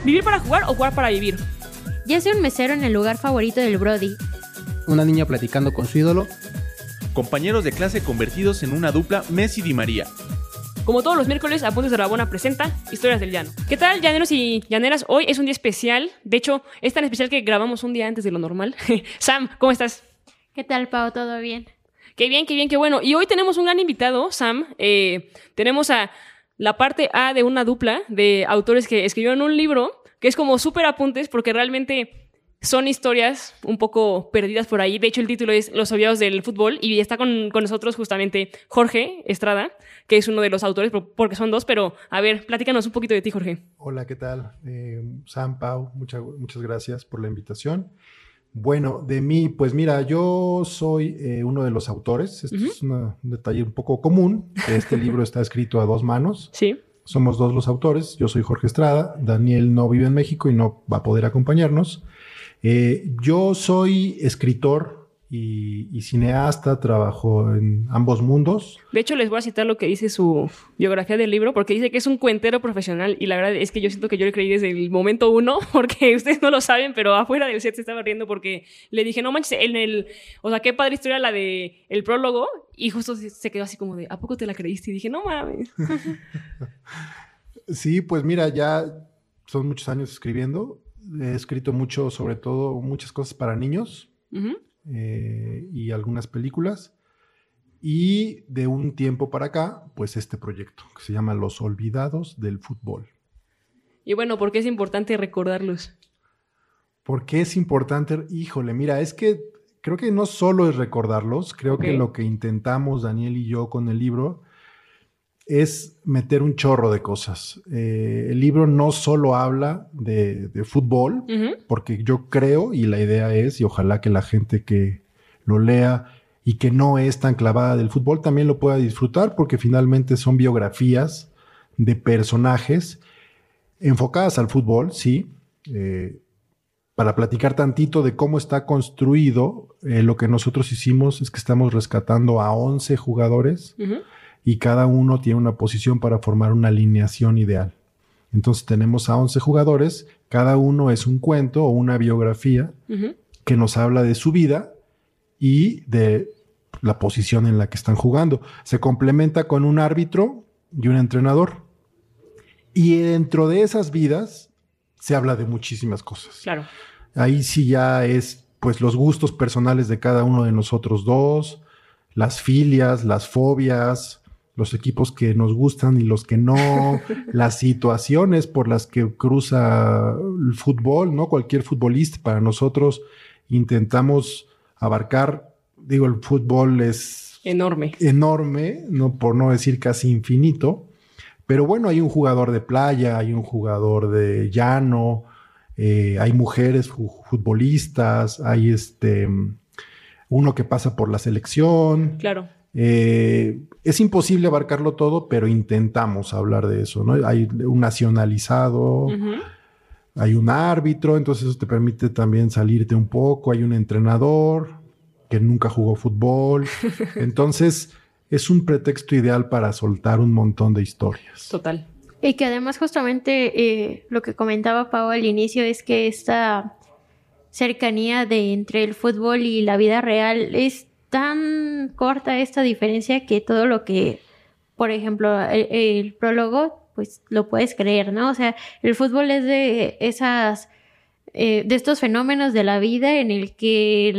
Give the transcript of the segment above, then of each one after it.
¿Vivir para jugar o jugar para vivir? Ya sea un mesero en el lugar favorito del Brody. Una niña platicando con su ídolo. Compañeros de clase convertidos en una dupla Messi Di María. Como todos los miércoles, Apuntes de Rabona presenta Historias del Llano. ¿Qué tal, llaneros y llaneras? Hoy es un día especial. De hecho, es tan especial que grabamos un día antes de lo normal. Sam, ¿cómo estás? ¿Qué tal, Pau? ¿Todo bien? Qué bien, qué bueno. Y hoy tenemos un gran invitado, Sam. Tenemos a la parte A de una dupla de autores que escribieron un libro que es como súper apuntes porque realmente son historias un poco perdidas por ahí. De hecho, el título es Los olvidados del fútbol y está con nosotros justamente Jorge Estrada, que es uno de los autores, porque son dos, pero a ver, platícanos un poquito de ti, Jorge. Hola, ¿qué tal? Sam, Pau, muchas gracias por la invitación. Bueno, de mí, pues mira, yo soy uno de los autores. Esto es un detalle un poco común. Este libro está escrito a dos manos. Sí. Somos dos los autores. Yo soy Jorge Estrada. Daniel no vive en México y no va a poder acompañarnos. Yo soy escritor y cineasta, trabajo en ambos mundos. De hecho, les voy a citar lo que dice su biografía del libro, porque dice que es un cuentero profesional y la verdad es que yo siento que yo le creí desde el momento uno, porque ustedes no lo saben, pero afuera del set se estaba riendo porque le dije, no manches, o sea, qué padre historia la de el prólogo y justo se quedó así como de, ¿a poco te la creíste? Y dije, no mames. Sí, pues mira, ya son muchos años escribiendo. He escrito mucho, sobre todo, muchas cosas para niños y algunas películas. Y de un tiempo para acá, pues este proyecto que se llama Los Olvidados del Fútbol. Y bueno, ¿por qué es importante recordarlos? ¿Por qué es importante? Híjole, mira, es que creo que no solo es recordarlos, creo que lo que intentamos Daniel y yo con el libro es meter un chorro de cosas. El libro no solo habla de fútbol, porque yo creo, y la idea es, y ojalá que la gente que lo lea y que no es tan clavada del fútbol también lo pueda disfrutar, porque finalmente son biografías de personajes enfocadas al fútbol, sí, para platicar tantito de cómo está construido. Lo que nosotros hicimos es que estamos rescatando a 11 jugadores y cada uno tiene una posición para formar una alineación ideal. Entonces tenemos a 11 jugadores, cada uno es un cuento o una biografía que nos habla de su vida y de la posición en la que están jugando. Se complementa con un árbitro y un entrenador. Y dentro de esas vidas se habla de muchísimas cosas. Claro. Ahí sí ya es pues los gustos personales de cada uno de nosotros dos, las filias, las fobias, los equipos que nos gustan y los que no, las situaciones por las que cruza el fútbol, ¿no? Cualquier futbolista, para nosotros intentamos abarcar, digo, el fútbol es enorme, no, por no decir casi infinito, pero bueno, hay un jugador de playa, hay un jugador de llano, hay mujeres futbolistas, hay uno que pasa por la selección. Claro. Es imposible abarcarlo todo, pero intentamos hablar de eso, ¿no? Hay un nacionalizado, hay un árbitro, entonces eso te permite también salirte un poco, hay un entrenador que nunca jugó fútbol, entonces es un pretexto ideal para soltar un montón de historias. Total. Y que además justamente lo que comentaba Pau al inicio es que esta cercanía entre el fútbol y la vida real es tan corta esta diferencia que todo lo que, por ejemplo, el prólogo, pues lo puedes creer, ¿no? O sea, el fútbol es de estos fenómenos de la vida en el que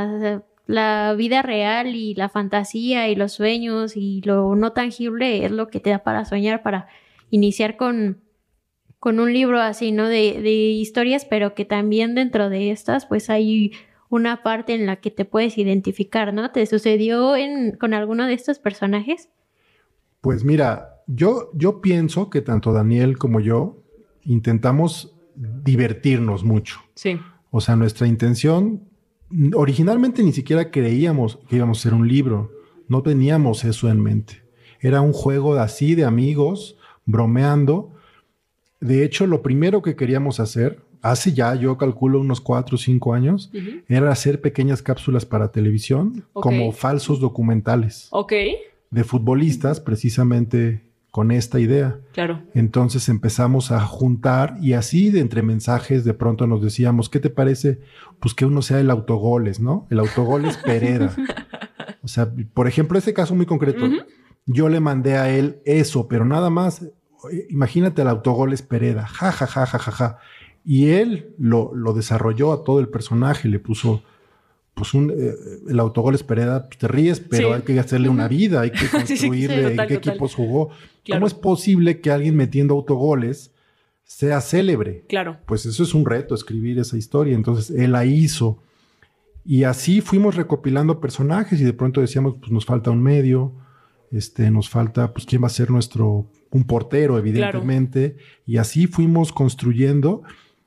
la vida real y la fantasía y los sueños y lo no tangible es lo que te da para soñar, para iniciar con un libro así, ¿no? De historias, pero que también dentro de estas, pues hay una parte en la que te puedes identificar, ¿no? ¿Te sucedió con alguno de estos personajes? Pues mira, yo pienso que tanto Daniel como yo intentamos divertirnos mucho. Sí. O sea, nuestra intención, originalmente ni siquiera creíamos que íbamos a hacer un libro. No teníamos eso en mente. Era un juego así de amigos, bromeando. De hecho, lo primero que queríamos hacer, hace ya, yo calculo unos 4 o 5 años, era hacer pequeñas cápsulas para televisión, como falsos documentales. Ok. De futbolistas, precisamente con esta idea. Claro. Entonces empezamos a juntar y así de entre mensajes de pronto nos decíamos, ¿qué te parece? Pues que uno sea el autogoles, ¿no? El autogoles Pereda. O sea, por ejemplo, ese caso muy concreto, yo le mandé a él eso, pero nada más, imagínate el autogoles Pereda, ja, ja, ja, ja, ja, ja. Y él lo desarrolló a todo el personaje, le puso... Pues el autogoles Pereda, te ríes, pero hay que hacerle una vida, hay que construirle en qué equipos jugó. Claro. ¿Cómo es posible que alguien metiendo autogoles sea célebre? Claro. Pues eso es un reto, escribir esa historia. Entonces, él la hizo. Y así fuimos recopilando personajes y de pronto decíamos, pues nos falta un medio, nos falta, pues quién va a ser un portero, evidentemente. Claro. Y así fuimos construyendo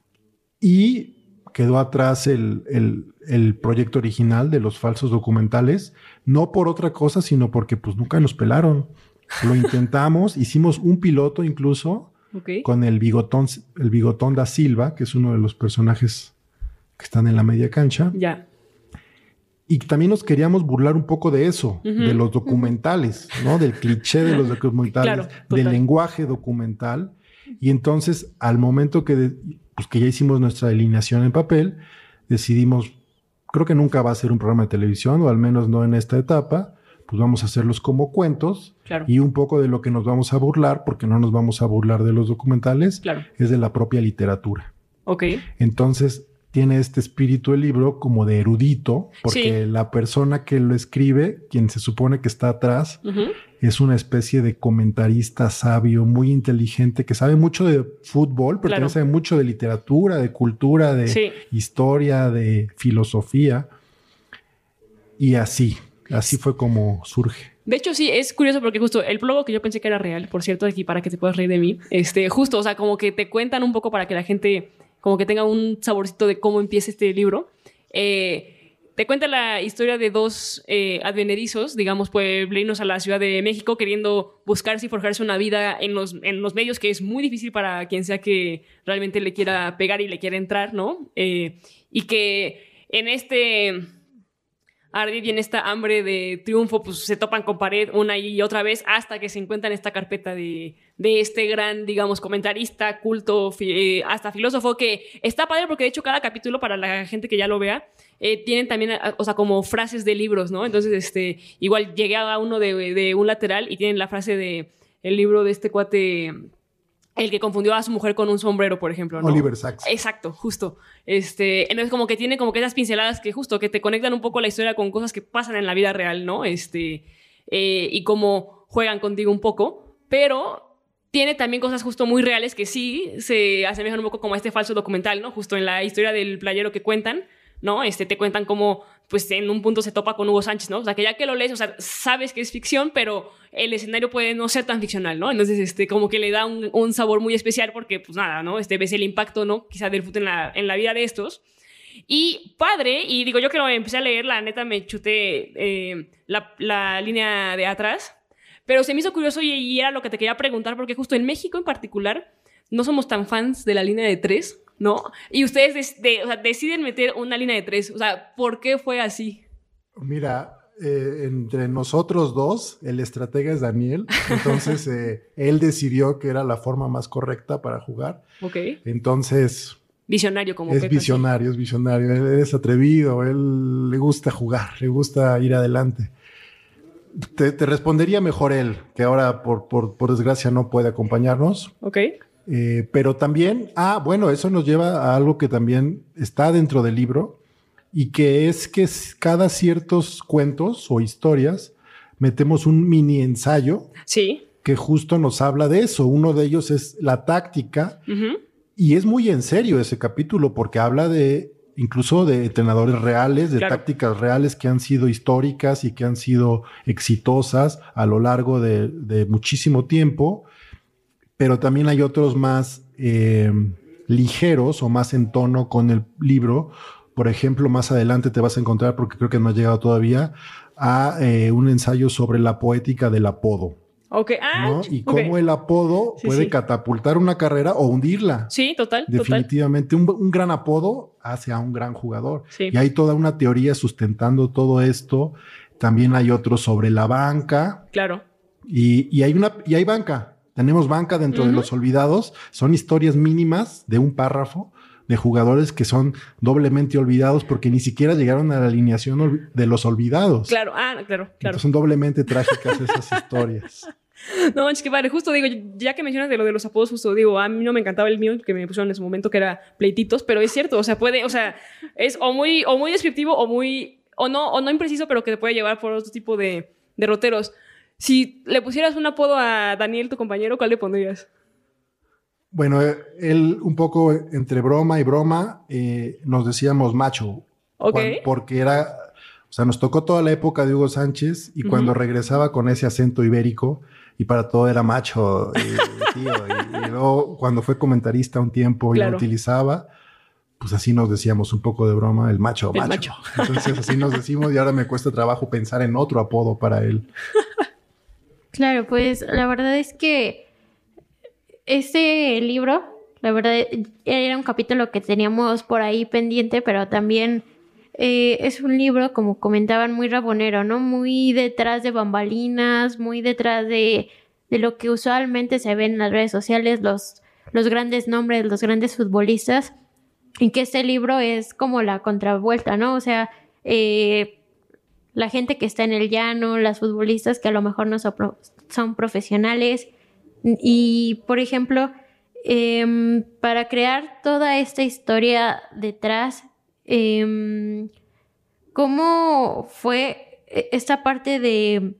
y quedó atrás el proyecto original de los falsos documentales, no por otra cosa, sino porque pues nunca nos pelaron. Lo intentamos, hicimos un piloto incluso con el bigotón da Silva, que es uno de los personajes que están en la media cancha. Ya. Y también nos queríamos burlar un poco de eso, de los documentales, ¿no? Del cliché de los documentales, del lenguaje documental. Y entonces, al momento que ya hicimos nuestra delineación en papel, decidimos, creo que nunca va a ser un programa de televisión, o al menos no en esta etapa, pues vamos a hacerlos como cuentos. Claro. Y un poco de lo que nos vamos a burlar, porque no nos vamos a burlar de los documentales, es de la propia literatura. Ok. Entonces, tiene este espíritu el libro como de erudito, porque la persona que lo escribe, quien se supone que está atrás, es una especie de comentarista sabio, muy inteligente, que sabe mucho de fútbol, pero también sabe mucho de literatura, de cultura, de historia, de filosofía. Y así fue como surge. De hecho, sí, es curioso porque justo el prólogo que yo pensé que era real, por cierto, aquí para que te puedas reír de mí, justo, o sea, como que te cuentan un poco para que la gente como que tenga un saborcito de cómo empieza este libro. Te cuenta la historia de dos advenedizos, digamos, pueblinos a la Ciudad de México, queriendo buscarse y forjarse una vida en los medios, que es muy difícil para quien sea que realmente le quiera pegar y le quiera entrar, ¿no? Y que en este ardid y en esta hambre de triunfo, pues se topan con pared una y otra vez hasta que se encuentran esta carpeta de este gran, digamos, comentarista, culto, hasta filósofo, que está padre porque de hecho cada capítulo, para la gente que ya lo vea, tienen también, o sea, como frases de libros, ¿no? Entonces, igual llegué a uno de un lateral y tienen la frase de el libro de este cuate, el que confundió a su mujer con un sombrero, por ejemplo, ¿no? Oliver Sacks. Exacto, justo. Entonces como que tiene como que esas pinceladas que justo que te conectan un poco la historia con cosas que pasan en la vida real, ¿no? Y cómo juegan contigo un poco, pero tiene también cosas justo muy reales que sí se asemejan un poco como a este falso documental, ¿no? Justo en la historia del playero que cuentan, ¿no? Te cuentan cómo, pues, en un punto se topa con Hugo Sánchez, ¿no? O sea, que ya que lo lees, o sea, sabes que es ficción, pero el escenario puede no ser tan ficcional, ¿no? Entonces, como que le da un sabor muy especial porque, pues, nada, ¿no? Ves el impacto, ¿no? Quizá del fútbol en la vida de estos. Y padre, y digo, yo que lo empecé a leer, la neta me chuté la línea de atrás, pero se me hizo curioso y era lo que te quería preguntar, porque justo en México en particular no somos tan fans de la línea de 3, ¿no? Y ustedes o sea, deciden meter una línea de 3. O sea, ¿por qué fue así? Mira, entre nosotros dos, el estratega es Daniel. Entonces, él decidió que era la forma más correcta para jugar. Ok. Entonces... Visionario como es Pepe, visionario, sí. Es visionario. Él es atrevido, él le gusta jugar, le gusta ir adelante. Te respondería mejor él, que ahora por desgracia no puede acompañarnos. Ok. Pero también, bueno, eso nos lleva a algo que también está dentro del libro y que es que cada ciertos cuentos o historias metemos un mini ensayo que justo nos habla de eso. Uno de ellos es la táctica y es muy en serio ese capítulo porque habla incluso de entrenadores reales, de tácticas reales que han sido históricas y que han sido exitosas a lo largo de muchísimo tiempo. Pero también hay otros más ligeros o más en tono con el libro. Por ejemplo, más adelante te vas a encontrar, porque creo que no ha llegado todavía, a un ensayo sobre la poética del apodo. Ok. ¿no? Y cómo el apodo puede catapultar una carrera o hundirla. Sí, total. Definitivamente. Un gran apodo hace a un gran jugador. Sí. Y hay toda una teoría sustentando todo esto. También hay otro sobre la banca. Claro. Y hay banca. Tenemos banca dentro de los olvidados. Son historias mínimas de un párrafo de jugadores que son doblemente olvidados porque ni siquiera llegaron a la alineación de los olvidados. Claro, claro. Entonces son doblemente trágicas esas historias. No manches, qué padre. Justo digo, ya que mencionas de lo de los apodos, justo digo, a mí no me encantaba el mío que me pusieron en ese momento, que era Pleititos, pero es cierto, o sea, es o muy descriptivo o no impreciso, pero que te puede llevar por otro tipo de derroteros. Si le pusieras un apodo a Daniel, tu compañero, ¿cuál le pondrías? Bueno, él un poco entre broma y broma nos decíamos macho. Ok. Porque nos tocó toda la época de Hugo Sánchez y cuando regresaba con ese acento ibérico y para todo era macho, tío. Y luego cuando fue comentarista un tiempo y lo utilizaba, pues así nos decíamos un poco de broma, el macho. Entonces así nos decimos y ahora me cuesta trabajo pensar en otro apodo para él. Claro, pues la verdad es que este libro, la verdad, era un capítulo que teníamos por ahí pendiente, pero también es un libro, como comentaban, muy rabonero, ¿no? Muy detrás de bambalinas, muy detrás de lo que usualmente se ve en las redes sociales, los grandes nombres, los grandes futbolistas, y que este libro es como la contravuelta, ¿no? O sea, la gente que está en el llano, las futbolistas que a lo mejor no son profesionales. Y, por ejemplo, para crear toda esta historia detrás, ¿cómo fue esta parte de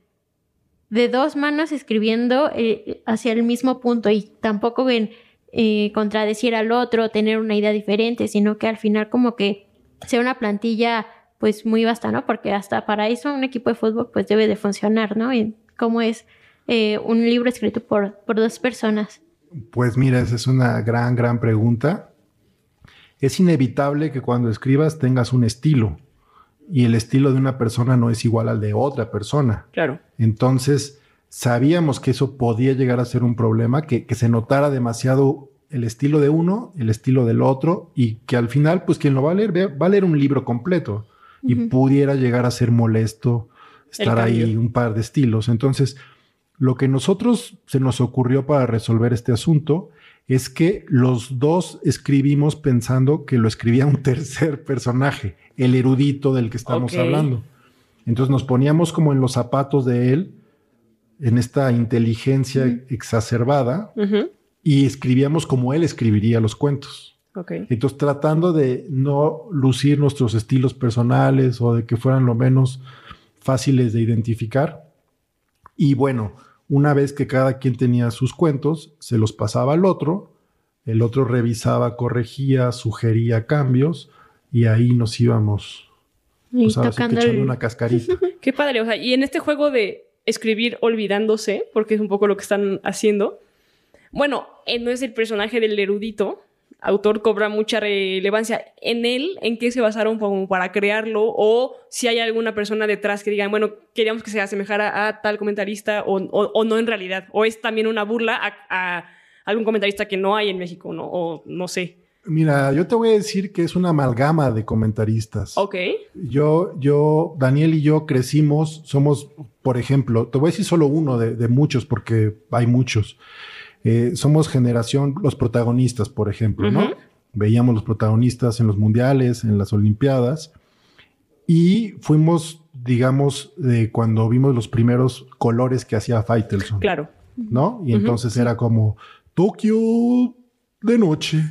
dos manos escribiendo hacia el mismo punto y tampoco contradecir al otro, tener una idea diferente, sino que al final como que sea una plantilla pues muy vasta, ¿no? Porque hasta para eso un equipo de fútbol pues debe de funcionar, ¿no? Y cómo es un libro escrito por dos personas. Pues mira, esa es una gran pregunta. Es inevitable que cuando escribas tengas un estilo y el estilo de una persona no es igual al de otra persona. Claro. Entonces, sabíamos que eso podía llegar a ser un problema, que se notara demasiado el estilo de uno, el estilo del otro y que al final, pues quien lo va a leer, va a leer un libro completo y pudiera llegar a ser molesto estar ahí un par de estilos. Entonces, lo que se nos ocurrió para resolver este asunto es que los dos escribimos pensando que lo escribía un tercer personaje, el erudito del que estamos hablando. Entonces nos poníamos como en los zapatos de él, en esta inteligencia exacerbada, y escribíamos como él escribiría los cuentos. Entonces tratando de no lucir nuestros estilos personales o de que fueran lo menos fáciles de identificar. Y bueno, una vez que cada quien tenía sus cuentos, se los pasaba al otro, el otro revisaba, corregía, sugería cambios y ahí nos íbamos echando una cascarita. Qué padre, o sea, y en este juego de escribir olvidándose, porque es un poco lo que están haciendo, bueno, no es el personaje del erudito, autor cobra mucha relevancia. En él, ¿en qué se basaron como para crearlo? O si hay alguna persona detrás que digan, bueno, queríamos que se asemejara a tal comentarista o no en realidad. O es también una burla a algún comentarista que no hay en México, ¿no? O no sé. Mira, yo te voy a decir que es una amalgama de comentaristas. Ok. Daniel y yo crecimos, somos, por ejemplo, te voy a decir solo uno de muchos porque hay muchos. Somos generación, los protagonistas, por ejemplo, ¿no? Veíamos los protagonistas en los mundiales, en las olimpiadas, y fuimos, digamos, de cuando vimos los primeros colores que hacía Faitelson. Claro. ¿No? Y entonces era como Tokio de noche,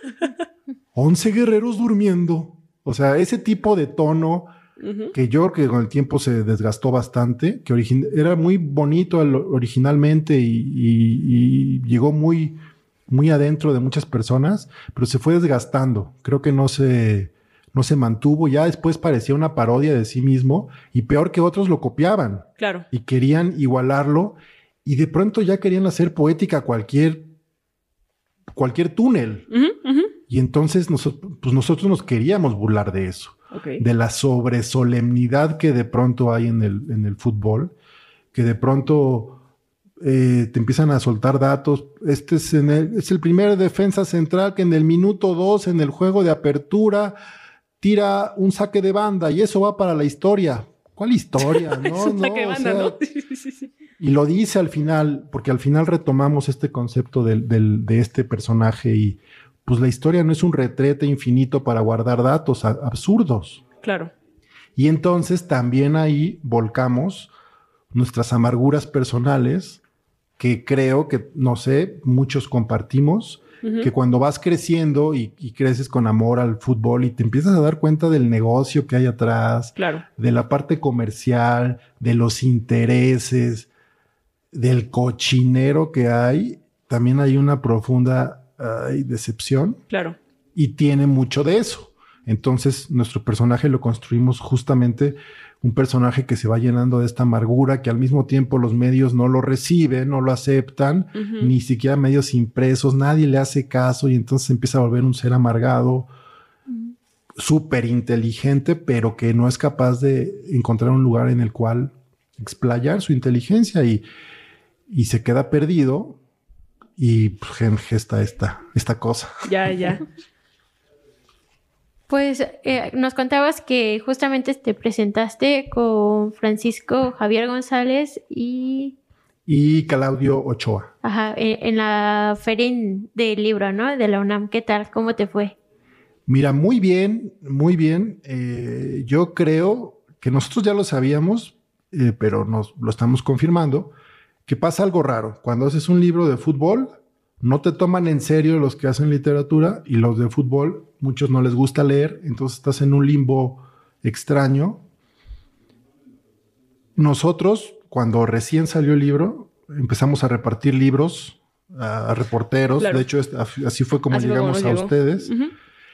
11 guerreros durmiendo. O sea, ese tipo de tono que yo creo que con el tiempo se desgastó bastante, que era muy bonito originalmente y llegó muy, muy adentro de muchas personas, pero se fue desgastando. Creo que no se mantuvo. Ya después parecía una parodia de sí mismo y peor que otros lo copiaban. Claro. Y querían igualarlo y de pronto ya querían hacer poética cualquier túnel. Y entonces nosotros nos queríamos burlar de eso. De la sobresolemnidad que de pronto hay en el fútbol, que de pronto te empiezan a soltar datos. Este es el primer defensa central que en el minuto 2 en el juego de apertura tira un saque de banda y eso va para la historia. ¿cuál historia? No, Es la no, que o manda, sea, ¿no? Sí. y lo dice al final, porque al final retomamos este concepto de este personaje y pues la historia no es un retrete infinito para guardar datos absurdos. Claro. Y entonces también ahí volcamos nuestras amarguras personales que creo que, no sé, muchos compartimos, que cuando vas creciendo y creces con amor al fútbol y te empiezas a dar cuenta del negocio que hay atrás, Claro. de la parte comercial, de los intereses, del cochinero que hay, también hay una profunda decepción. Claro. Y tiene mucho de eso. Entonces, nuestro personaje lo construimos justamente un personaje que se va llenando de esta amargura, que al mismo tiempo los medios no lo reciben, no lo aceptan, ni siquiera medios impresos, nadie le hace caso y entonces empieza a volver un ser amargado, súper inteligente, pero que no es capaz de encontrar un lugar en el cual explayar su inteligencia y se queda perdido y pues, gesta esta cosa. Ya. Pues nos contabas que justamente te presentaste con Francisco Javier González y Claudio Ochoa. Ajá, en la feria del libro, ¿no? De la UNAM. ¿Qué tal? ¿Cómo te fue? Mira, muy bien, muy bien. Yo creo que nosotros ya lo sabíamos, pero nos lo estamos confirmando, que pasa algo raro. Cuando haces un libro de fútbol, no te toman en serio los que hacen literatura y los de fútbol, muchos no les gusta leer, entonces estás en un limbo extraño. Nosotros, cuando recién salió el libro, empezamos a repartir libros a reporteros. Claro. De hecho, así fue como Así fue llegamos como a nos llegó. ustedes. Ujú.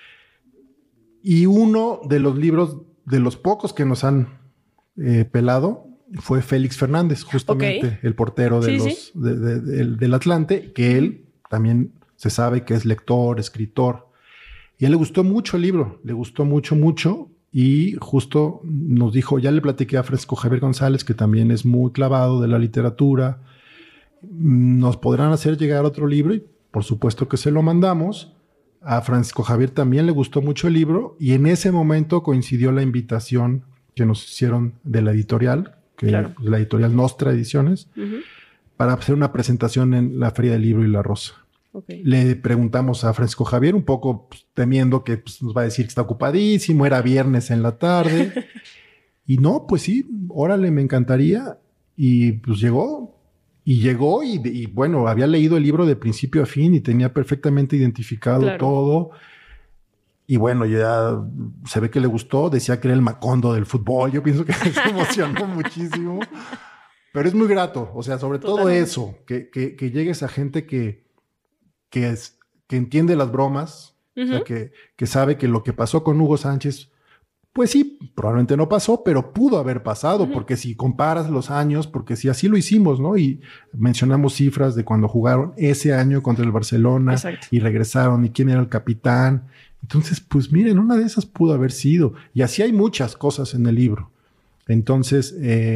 Y uno de los libros, de los pocos que nos han pelado, fue Félix Fernández, justamente el portero de Sí. del Atlante, que él también se sabe que es lector, escritor. Y a él le gustó mucho el libro, le gustó mucho. Y justo nos dijo, ya le platiqué a Francisco Javier González, que también es muy clavado de la literatura. Nos podrán hacer llegar otro libro y por supuesto que se lo mandamos. A Francisco Javier también le gustó mucho el libro y en ese momento coincidió la invitación que nos hicieron de la editorial, que Claro. la editorial Nostra Ediciones, para hacer una presentación en la Feria del Libro y la Rosa. Okay. Le preguntamos a Francisco Javier, un poco pues, temiendo que pues, nos va a decir que está ocupadísimo, era viernes en la tarde. Y no, pues sí, órale, me encantaría. Y pues llegó y bueno, había leído el libro de principio a fin y tenía perfectamente identificado todo. Y bueno, ya se ve que le gustó, decía que era el Macondo del fútbol. Yo pienso que se emocionó muchísimo. Pero es muy grato, o sea, sobre todo eso, que llegue esa gente que entiende las bromas, o sea, que sabe que lo que pasó con Hugo Sánchez, pues sí, probablemente no pasó, pero pudo haber pasado, porque si comparas los años, porque si así lo hicimos, ¿no? Y mencionamos cifras de cuando jugaron ese año contra el Barcelona. Exacto. Y regresaron y quién era el capitán. Entonces, pues miren, una de esas pudo haber sido. Y así hay muchas cosas en el libro. Entonces,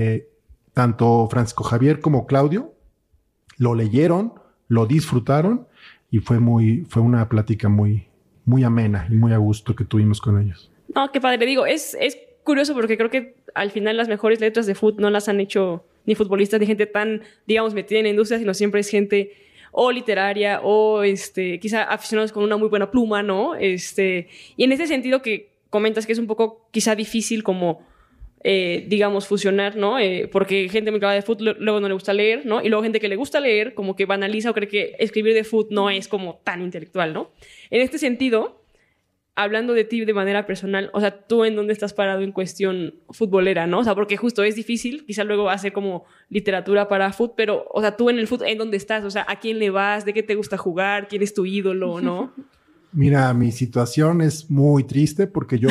tanto Francisco Javier como Claudio lo leyeron, lo disfrutaron y fue una plática muy, muy amena y muy a gusto que tuvimos con ellos. No, qué padre. Digo, es curioso porque creo que al final las mejores letras de fútbol no las han hecho ni futbolistas ni gente tan, digamos, metida en la industria, sino siempre es gente o literaria o quizá aficionados con una muy buena pluma, ¿no? Y en ese sentido que comentas que es un poco quizá difícil como digamos, fusionar, ¿no? Porque gente muy clavada de fútbol luego no le gusta leer, ¿no? Y luego gente que le gusta leer como que banaliza o cree que escribir de fútbol no es como tan intelectual, ¿no? En este sentido, hablando de ti de manera personal, o sea, ¿tú en dónde estás parado en cuestión futbolera, no? O sea, porque justo es difícil, quizá luego hacer como literatura para fútbol, pero, o sea, tú en el fútbol, ¿en dónde estás? O sea, ¿a quién le vas? ¿De qué te gusta jugar? ¿Quién es tu ídolo, no? Mira, mi situación es muy triste porque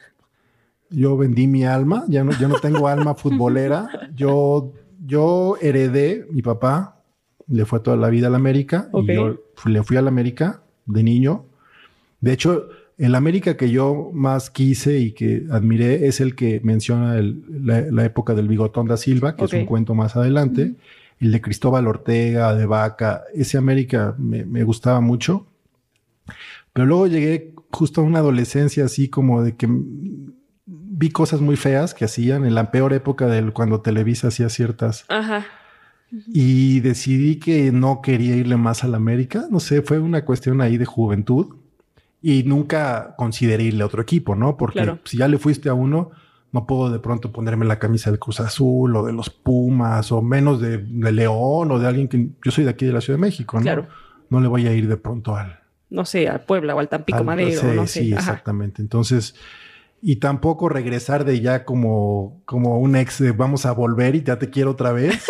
yo vendí mi alma, yo no tengo alma futbolera. Yo heredé, mi papá le fue toda la vida al América y yo le fui al América de niño. De hecho, el América que yo más quise y que admiré es el que menciona la época del Bigotón da Silva, que es un cuento más adelante. El de Cristóbal Ortega, de Vaca. Ese América me gustaba mucho. Pero luego llegué justo a una adolescencia así como de que vi cosas muy feas que hacían en la peor época cuando Televisa hacía ciertas. Ajá. Y decidí que no quería irle más a la América. No sé, fue una cuestión ahí de juventud. Y nunca consideré irle a otro equipo, ¿no? Porque si ya le fuiste a uno, no puedo de pronto ponerme la camisa del Cruz Azul o de los Pumas o menos de León o de alguien que... Yo soy de aquí de la Ciudad de México, ¿no? Claro. No le voy a ir de pronto no sé, al Puebla o al Tampico Madero, no sé. Sí, exactamente. Entonces, y tampoco regresar de ya como un ex de vamos a volver y ya te quiero otra vez.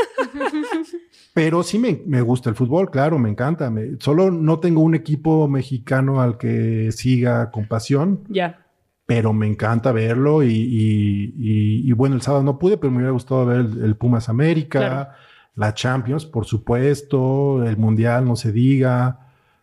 Pero sí me gusta el fútbol, claro, me encanta. Solo no tengo un equipo mexicano al que siga con pasión. Ya. Pero me encanta verlo y bueno, el sábado no pude, pero me hubiera gustado ver el Pumas América, claro. La Champions, por supuesto, el Mundial, no se diga.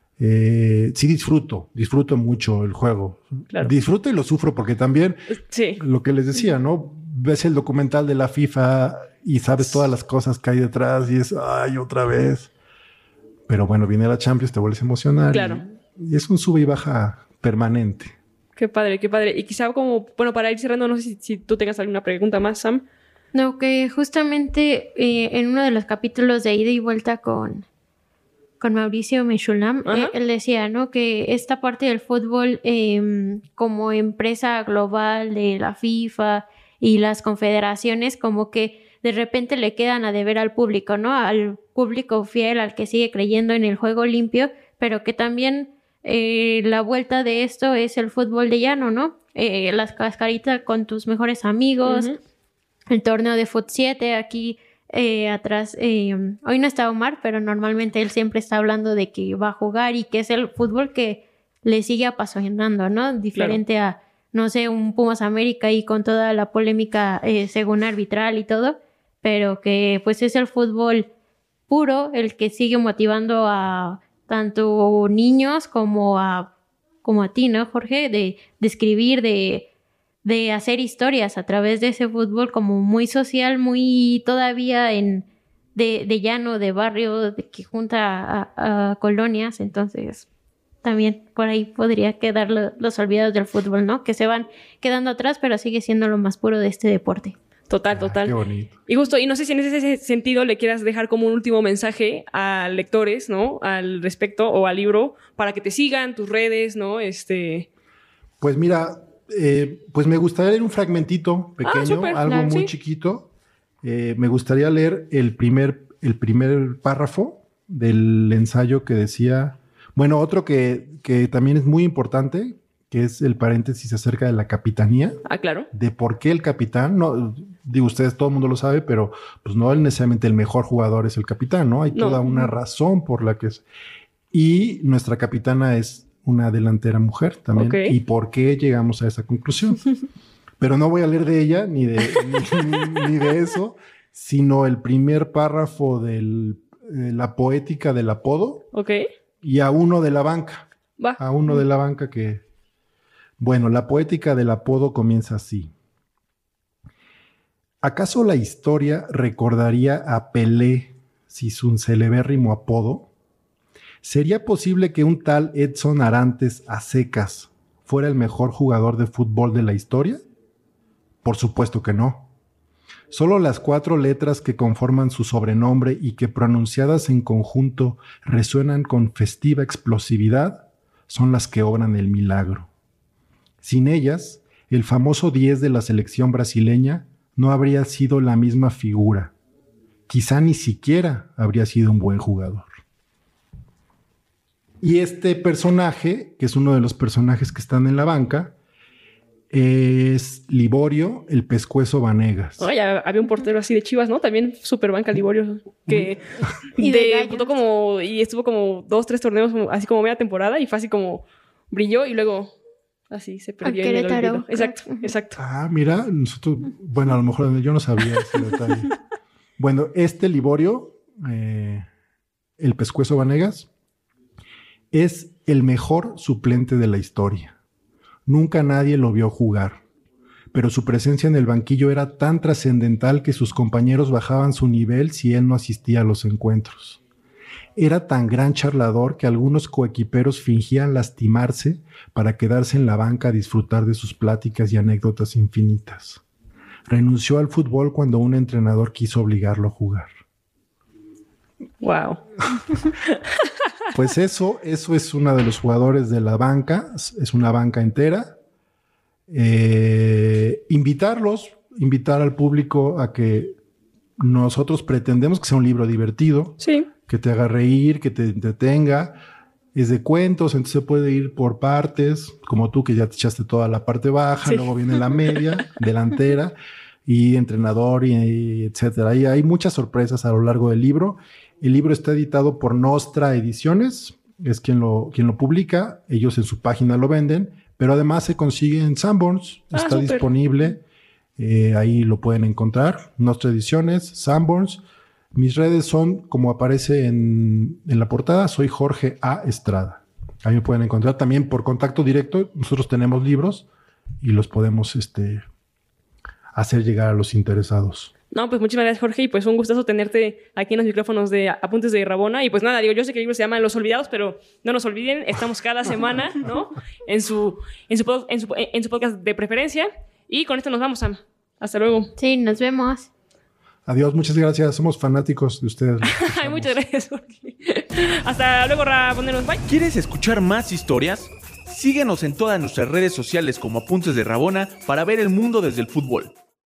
Sí disfruto mucho el juego. Claro. Disfruto y lo sufro porque también lo que les decía, ¿no? Ves el documental de la FIFA y sabes todas las cosas que hay detrás y es, ay, otra vez. Pero bueno, viene la Champions, te vuelves a emocionar. Claro. Y es un sube y baja permanente. Qué padre, qué padre. Y quizá como, bueno, para ir cerrando, no sé si tú tengas alguna pregunta más, Sam. No, que justamente en uno de los capítulos de Ida y Vuelta con Mauricio Mechulam, él decía, ¿no? Que esta parte del fútbol como empresa global de la FIFA y las confederaciones como que de repente le quedan a deber al público, ¿no? Al público fiel, al que sigue creyendo en el juego limpio, pero que también la vuelta de esto es el fútbol de llano, ¿no? Las cascaritas con tus mejores amigos, el torneo de Fut 7 aquí atrás. Hoy no está Omar, pero normalmente él siempre está hablando de que va a jugar y que es el fútbol que le sigue apasionando, ¿no? Diferente a, no sé, un Pumas América y con toda la polémica según arbitral y todo, pero que pues es el fútbol puro el que sigue motivando a tanto niños como a ti, ¿no, Jorge? De escribir, de hacer historias a través de ese fútbol como muy social, muy todavía de llano, de barrio, que junta a colonias. Entonces, también por ahí podría quedar los olvidados del fútbol, ¿no? Que se van quedando atrás, pero sigue siendo lo más puro de este deporte. Total. Qué bonito. Y justo, y no sé si en ese sentido le quieras dejar como un último mensaje a lectores, ¿no? Al respecto o al libro, para que te sigan, tus redes, ¿no? Pues mira, pues me gustaría leer un fragmentito pequeño, algo muy chiquito. Me gustaría leer el primer párrafo del ensayo que decía, bueno, otro que también es muy importante, que es el paréntesis acerca de la capitanía. Ah, claro. De por qué el capitán, no, digo, ustedes, todo el mundo lo sabe, pero pues no necesariamente el mejor jugador es el capitán, ¿no? Hay toda una razón por la que es. Y nuestra capitana es una delantera mujer también. Okay. ¿Y por qué llegamos a esa conclusión? Pero no voy a leer de ella, ni de eso, sino el primer párrafo de la poética del apodo. Ok. Y a uno de la banca. Va. A uno de la banca que... Bueno, la poética del apodo comienza así. ¿Acaso la historia recordaría a Pelé si su celebérrimo apodo? ¿Sería posible que un tal Edson Arantes a secas fuera el mejor jugador de fútbol de la historia? Por supuesto que no. Solo las 4 letras que conforman su sobrenombre y que pronunciadas en conjunto resuenan con festiva explosividad son las que obran el milagro. Sin ellas, el famoso 10 de la selección brasileña no habría sido la misma figura. Quizá ni siquiera habría sido un buen jugador. Y este personaje, que es uno de los personajes que están en la banca, es Liborio, el Pescuezo Vanegas. Oye, había un portero así de Chivas, ¿no? También super banca Liborio, que y estuvo como 2-3 torneos así como media temporada y fue así como brilló y luego así se perdió en el olvido. Exacto. Ah, mira, nosotros, bueno, a lo mejor yo no sabía ese detalle. Bueno, este Liborio, el Pescuezo Vanegas, es el mejor suplente de la historia. Nunca nadie lo vio jugar, pero su presencia en el banquillo era tan trascendental que sus compañeros bajaban su nivel si él no asistía a los encuentros. Era tan gran charlador que algunos coequiperos fingían lastimarse para quedarse en la banca a disfrutar de sus pláticas y anécdotas infinitas. Renunció al fútbol cuando un entrenador quiso obligarlo a jugar. Wow. Pues eso es uno de los jugadores de la banca, es una banca entera. Invitar al público a que nosotros pretendemos que sea un libro divertido, sí, que te haga reír, que te entretenga. Es de cuentos, entonces se puede ir por partes, como tú que ya te echaste toda la parte baja, sí. Luego viene la media, delantera y entrenador y etcétera. Y hay muchas sorpresas a lo largo del libro. El libro está editado por Nostra Ediciones, es quien lo publica, ellos en su página lo venden, pero además se consigue en Sanborns, está super disponible, ahí lo pueden encontrar, Nostra Ediciones, Sanborns. Mis redes son, como aparece en la portada, soy Jorge A. Estrada. Ahí me pueden encontrar también por contacto directo. Nosotros tenemos libros y los podemos hacer llegar a los interesados. No, pues muchísimas gracias, Jorge, y pues un gustazo tenerte aquí en los micrófonos de Apuntes de Rabona. Y pues nada, digo, yo sé que el libro se llama Los Olvidados, pero no nos olviden, estamos cada semana, ¿no? En su podcast de preferencia. Y con esto nos vamos, Sam. Hasta luego. Sí, nos vemos. Adiós, muchas gracias. Somos fanáticos de ustedes. Muchas gracias, Jorge. Hasta luego, Raboneros. Bye. ¿Quieres escuchar más historias? Síguenos en todas nuestras redes sociales como Apuntes de Rabona para ver el mundo desde el fútbol.